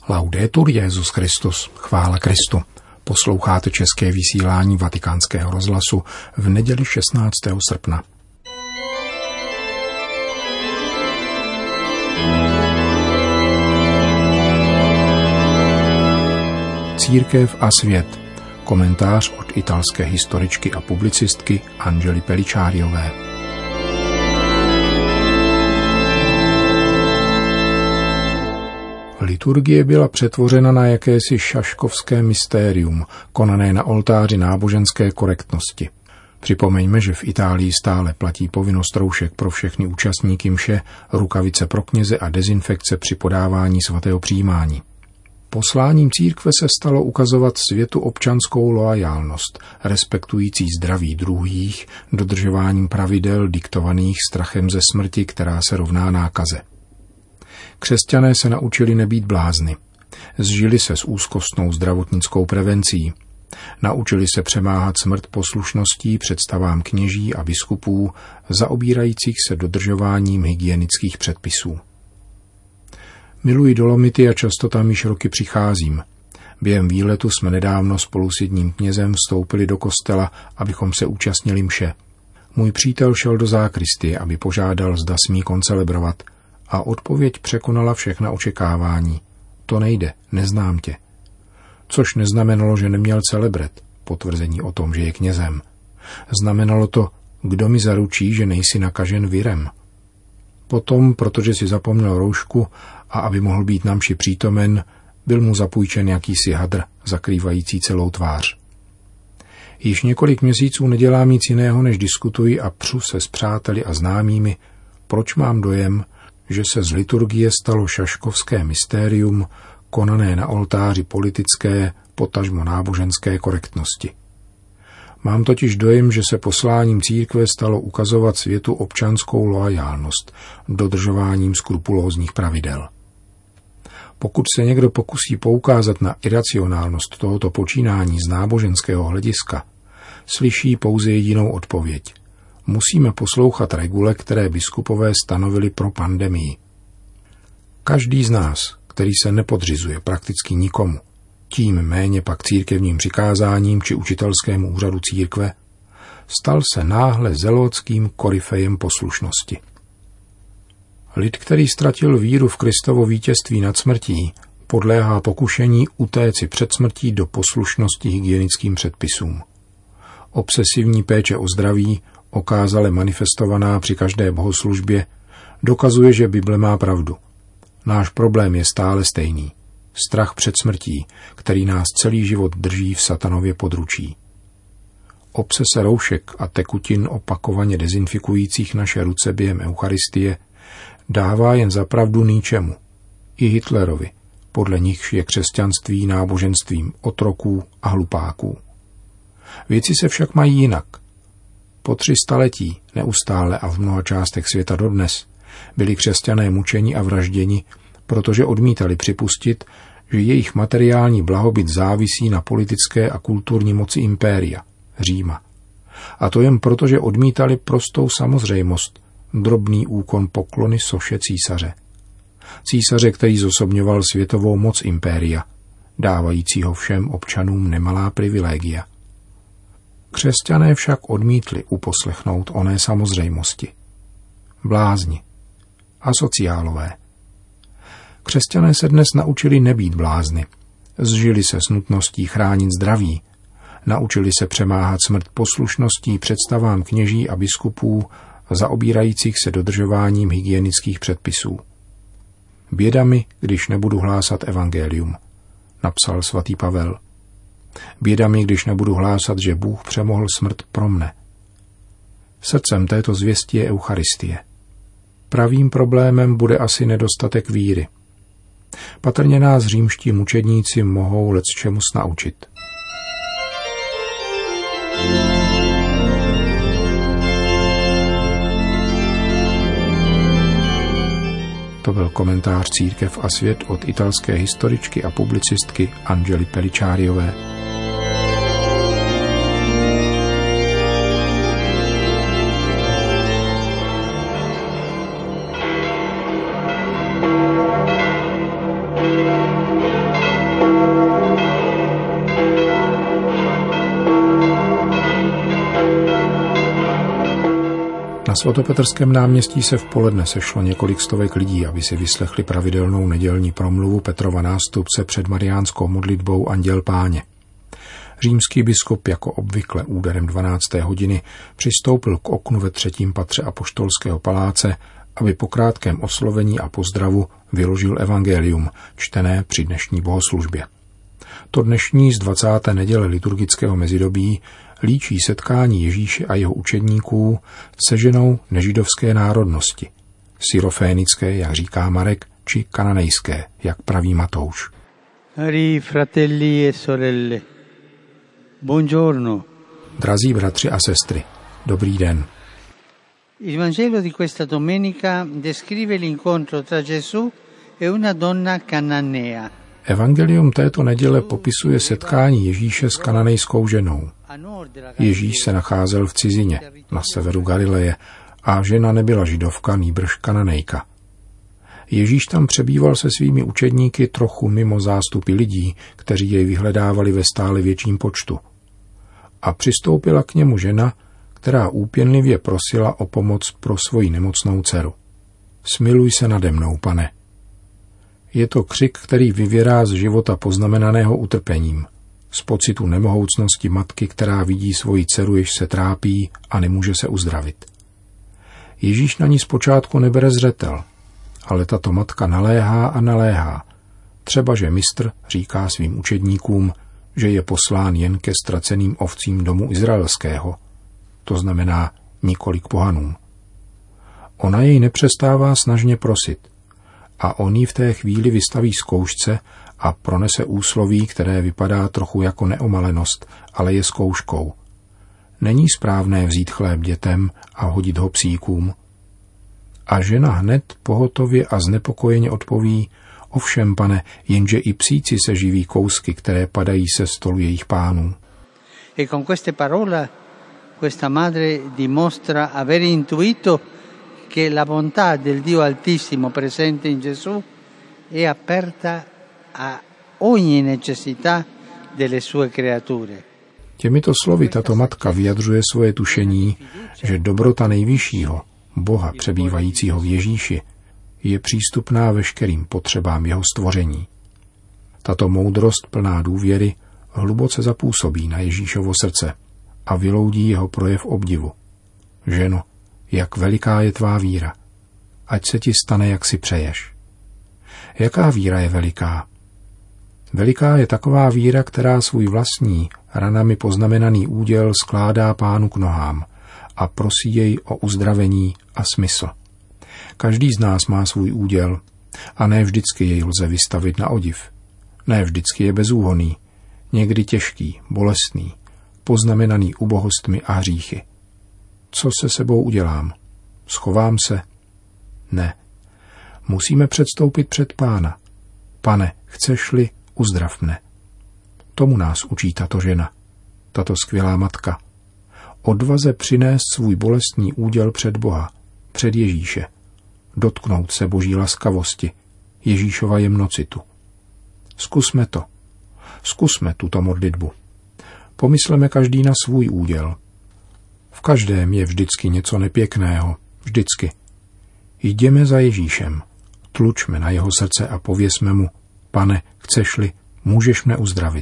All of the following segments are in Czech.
Laudetur Jesus Christus, chvála Kristu. Posloucháte české vysílání Vatikánského rozhlasu v neděli 16. srpna. Církev a svět. Komentář od italské historičky a publicistky Angely Pellicciariové. Liturgie byla přetvořena na jakési šaškovské mystérium, konané na oltáři náboženské korektnosti. Připomeňme, že v Itálii stále platí povinnost roušek pro všechny účastníky mše, rukavice pro kněze a dezinfekce při podávání svatého přijímání. Posláním církve se stalo ukazovat světu občanskou loajálnost, respektující zdraví druhých, dodržováním pravidel diktovaných strachem ze smrti, která se rovná nákaze. Křesťané se naučili nebýt blázny. Zžili se s úzkostnou zdravotnickou prevencí. Naučili se přemáhat smrt poslušností představám kněží a biskupů, zaobírajících se dodržováním hygienických předpisů. Miluji Dolomity a často tam již roky přicházím. Během výletu jsme nedávno spolu s jedním knězem vstoupili do kostela, abychom se účastnili mše. Můj přítel šel do zákristie, aby požádal, zda smí koncelebrovat, a odpověď překonala všechna očekávání. To nejde, neznám tě. Což neznamenalo, že neměl celebret, potvrzení o tom, že je knězem. Znamenalo to, kdo mi zaručí, že nejsi nakažen virem. Potom, protože si zapomněl roušku a aby mohl být na mši přítomen, byl mu zapůjčen jakýsi hadr, zakrývající celou tvář. Již několik měsíců nedělám nic jiného, než diskutuji a přu se s přáteli a známými, proč mám dojem, že se z liturgie stalo šaškovské mystérium, konané na oltáři politické, potažmo náboženské korektnosti. Mám totiž dojem, že se posláním církve stalo ukazovat světu občanskou loajálnost, dodržováním skrupulózních pravidel. Pokud se někdo pokusí poukázat na iracionálnost tohoto počínání z náboženského hlediska, slyší pouze jedinou odpověď. Musíme poslouchat regule, které biskupové stanovili pro pandemii. Každý z nás, který se nepodřizuje prakticky nikomu, tím méně pak církevním přikázáním či učitelskému úřadu církve, stal se náhle zelotským koryfejem poslušnosti. Lid, který ztratil víru v Kristovo vítězství nad smrtí, podléhá pokušení utéci před smrtí do poslušnosti hygienickým předpisům. Obsesivní péče o zdraví, okázale manifestovaná při každé bohoslužbě, dokazuje, že Bible má pravdu. Náš problém je stále stejný. Strach před smrtí, který nás celý život drží v satanově područí. Obsese roušek a tekutin opakovaně dezinfikujících naše ruce během eucharistie dává jen za pravdu ničemu. I Hitlerovi, podle nichž je křesťanství náboženstvím otroků a hlupáků. Věci se však mají jinak. Po 3 staletí, neustále a v mnoha částech světa dodnes, byli křesťané mučeni a vražděni, protože odmítali připustit, že jejich materiální blahobyt závisí na politické a kulturní moci impéria, Říma. A to jen proto, že odmítali prostou samozřejmost, drobný úkon poklony soše císaře. Císaře, který zosobňoval světovou moc impéria, dávajícího všem občanům nemalá privilegia. Křesťané však odmítli uposlechnout oné samozřejmosti. Blázni. Asociálové. Křesťané se dnes naučili nebýt blázny. Zžili se s nutností chránit zdraví. Naučili se přemáhat smrt poslušností představám kněží a biskupů, zaobírajících se dodržováním hygienických předpisů. Běda mi, když nebudu hlásat evangelium, napsal svatý Pavel. Běda mi, když nebudu hlásat, že Bůh přemohl smrt pro mne. Srdcem této zvěsti je Eucharistie. Pravým problémem bude asi nedostatek víry. Patrně nás římští mučedníci mohou lecčemus naučit. To byl komentář Církev a svět od italské historičky a publicistky Angely Pellicciariové. Na svatopetrském náměstí se v poledne sešlo několik stovek lidí, aby si vyslechli pravidelnou nedělní promluvu Petrova nástupce před mariánskou modlitbou Anděl Páně. Římský biskup jako obvykle úderem 12. hodiny přistoupil k oknu ve 3. patře apoštolského paláce, aby po krátkém oslovení a pozdravu vyložil evangelium, čtené při dnešní bohoslužbě. To dnešní z 20. neděle liturgického mezidobí líčí setkání Ježíše a jeho učedníků se ženou nežidovské národnosti, syrofénické, jak říká Marek, či kananejské, jak praví Matouš. Cari fratelli e sorelle, buongiorno. Drazí bratři a sestry, dobrý den. Il Vangelo di questa domenica descrive l'incontro tra Gesù e una donna cananea. Evangelium této neděle popisuje setkání Ježíše s kananejskou ženou. Ježíš se nacházel v cizině, na severu Galileje, a žena nebyla židovka, nýbrž kananejka. Ježíš tam přebýval se svými učedníky trochu mimo zástupy lidí, kteří jej vyhledávali ve stále větším počtu. A přistoupila k němu žena, která úpěnlivě prosila o pomoc pro svoji nemocnou dceru. Smiluj se nade mnou, Pane. Je to křik, který vyvěrá z života poznamenaného utrpením, z pocitu nemohoucnosti matky, která vidí svoji dceru, jež se trápí a nemůže se uzdravit. Ježíš na ní zpočátku nebere zřetel, ale tato matka naléhá a naléhá. Třeba, že mistr říká svým učedníkům, že je poslán jen ke ztraceným ovcím domu izraelského, to znamená nikoli k pohanům. Ona jej nepřestává snažně prosit a on ji v té chvíli vystaví zkoušce a pronese úsloví, které vypadá trochu jako neomalenost, ale je zkouškou. Není správné vzít chléb dětem a hodit ho psíkům? A žena hned pohotově a znepokojeně odpoví, ovšem, Pane, jenže i psíci se živí kousky, které padají se stolu jejich pánů. E con queste parole questa madre dimostra aver intuito che la bontà del Dio Altissimo presente in Gesù è aperta a ogni necessità delle sue creature. Těmito slovy tato matka vyjadřuje svoje tušení, že dobrota nejvyššího, Boha přebývajícího v Ježíši, je přístupná veškerým potřebám jeho stvoření. Tato moudrost plná důvěry hluboce zapůsobí na Ježíšovo srdce a vyloudí jeho projev obdivu. Ženo, jak veliká je tvá víra, ať se ti stane, jak si přeješ. Jaká víra je veliká? Veliká je taková víra, která svůj vlastní, ranami poznamenaný úděl skládá Pánu k nohám a prosí jej o uzdravení a smysl. Každý z nás má svůj úděl a ne vždycky jej lze vystavit na odiv. Ne vždycky je bezúhonný, někdy těžký, bolestný, poznamenaný ubohostmi a hříchy. Co se sebou udělám? Schovám se? Ne. Musíme předstoupit před Pána. Pane, chceš-li, uzdrav mne. Tomu nás učí tato žena, tato skvělá matka. Odvaze přinést svůj bolestný úděl před Boha, před Ježíše. Dotknout se Boží laskavosti, Ježíšova jemnocitu. Zkusme to. Zkusme tuto modlitbu. Pomysleme každý na svůj úděl. V každém je vždycky něco nepěkného. Vždycky. Jdeme za Ježíšem. Tlučme na jeho srdce a pověsme mu, Pane, chceš-li, můžeš mne uzdravit.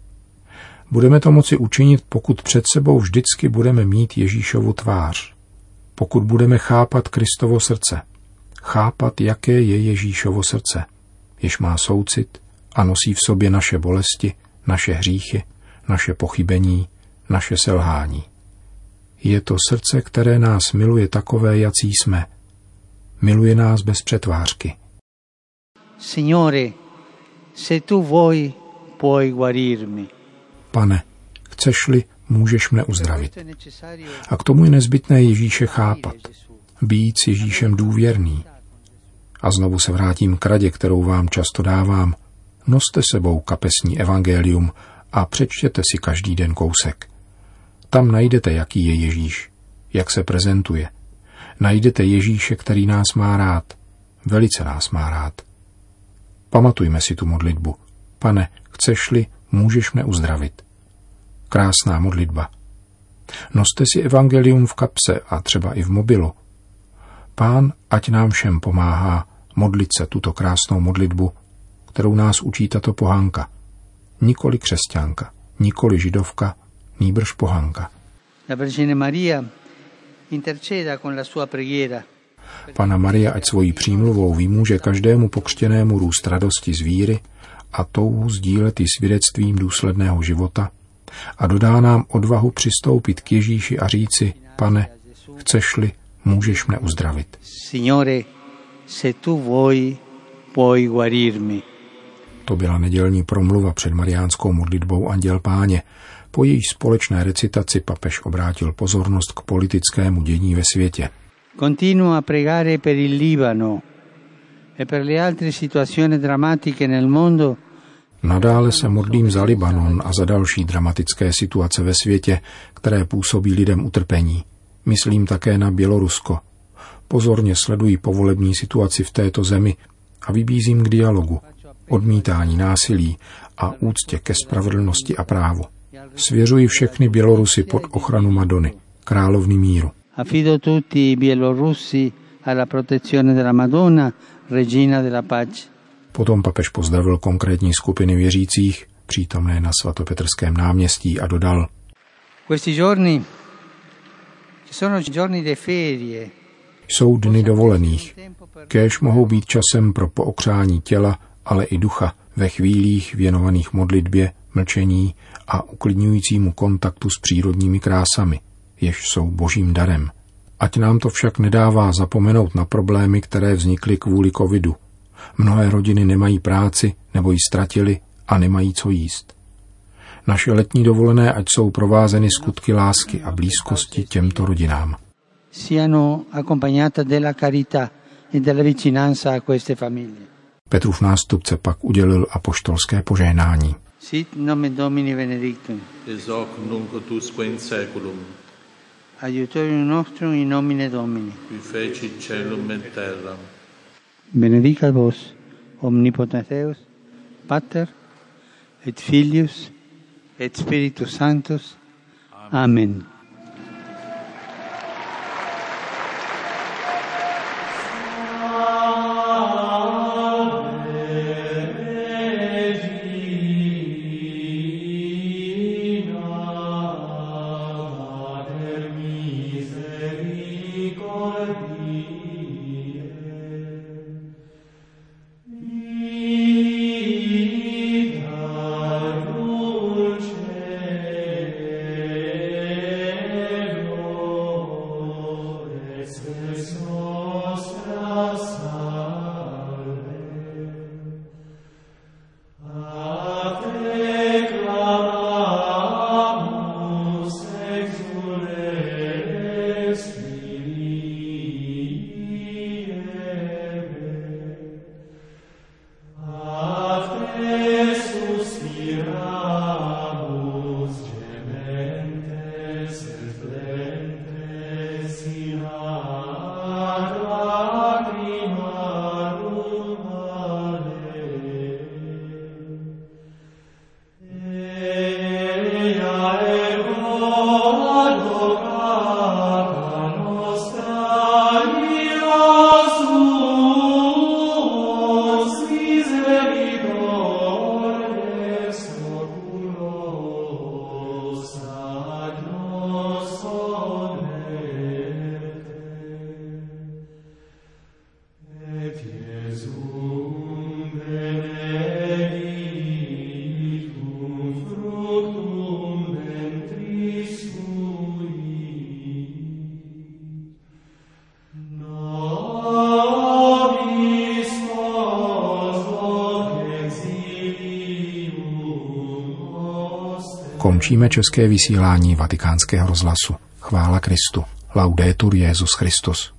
Budeme to moci učinit, pokud před sebou vždycky budeme mít Ježíšovu tvář. Pokud budeme chápat Kristovo srdce. Chápat, jaké je Ježíšovo srdce, jež má soucit a nosí v sobě naše bolesti, naše hříchy, naše pochybení, naše selhání. Je to srdce, které nás miluje takové, jací jsme. Miluje nás bez přetvářky. Signore, se tu vuoi, puoi guarirmi. Pane, chceš-li, můžeš mne uzdravit. A k tomu je nezbytné Ježíše chápat. Být s Ježíšem důvěrný. A znovu se vrátím k radě, kterou vám často dávám. Noste sebou kapesní evangelium a přečtěte si každý den kousek. Tam najdete, jaký je Ježíš, jak se prezentuje. Najdete Ježíše, který nás má rád. Velice nás má rád. Pamatujme si tu modlitbu. Pane, chceš-li, můžeš mne uzdravit. Krásná modlitba. Noste si evangelium v kapse a třeba i v mobilu Pán ať nám všem pomáhá modlit se tuto krásnou modlitbu, kterou nás učí tato pohanka. Nikoli křesťanka, nikoli židovka, nýbrž pohanka. Panna Maria ať svojí přímluvou vymůže každému pokřtěnému růst radosti z víry a touhu sdílet i svědectvím důsledného života a dodá nám odvahu přistoupit k Ježíši a říci: Pane, chceš-li, můžeš mne uzdravit. Signore, se tu vuoi, puoi guarirmi. To byla nedělní promluva před mariánskou modlitbou Anděl Páně. Po její společné recitaci papež obrátil pozornost k politickému dění ve světě. Continuo a pregare per il Libano e per le altre situazioni drammatiche nel mondo. Nadále se modlím za Libanon a za další dramatické situace ve světě, které působí lidem utrpení. Myslím také na Bělorusko. Pozorně sleduji povolební situaci v této zemi a vybízím k dialogu, odmítání násilí a úctě ke spravedlnosti a právu. Svěřuji všechny Bělorusy pod ochranu Madony, královny míru. Affido tutti i bielorussi alla protezione della Madonna, regina della pace. Potom papež pozdravil konkrétní skupiny věřících, přítomné na svatopetrském náměstí, a dodal: Questi giorni sono giorni di ferie. Jsou dny dovolených, kéž mohou být časem pro pookřání těla, ale i ducha ve chvílích věnovaných modlitbě, mlčení a uklidňujícímu kontaktu s přírodními krásami, jež jsou božím darem. Ať nám to však nedává zapomenout na problémy, které vznikly kvůli covidu. Mnohé rodiny nemají práci nebo ji ztratili a nemají co jíst. Naše letní dovolené ať jsou provázeny skutky lásky a blízkosti těmto rodinám. Siano accompagnate della carità e della vicinanza a queste famiglie. Petrův nástupce pak udělil apoštolské požehnání. Sit nomen Domini benedictum. Ex hoc nunc usque in saeculum. Aiutorium nostrum in nomine Domini. Qui feci caelum et terram. Benedicat vos omnipotens Deus, Pater et Filius et Spiritus Sanctus. Amen. Končíme české vysílání Vatikánského rozhlasu. Chvála Kristu. Laudetur Jesus Christus.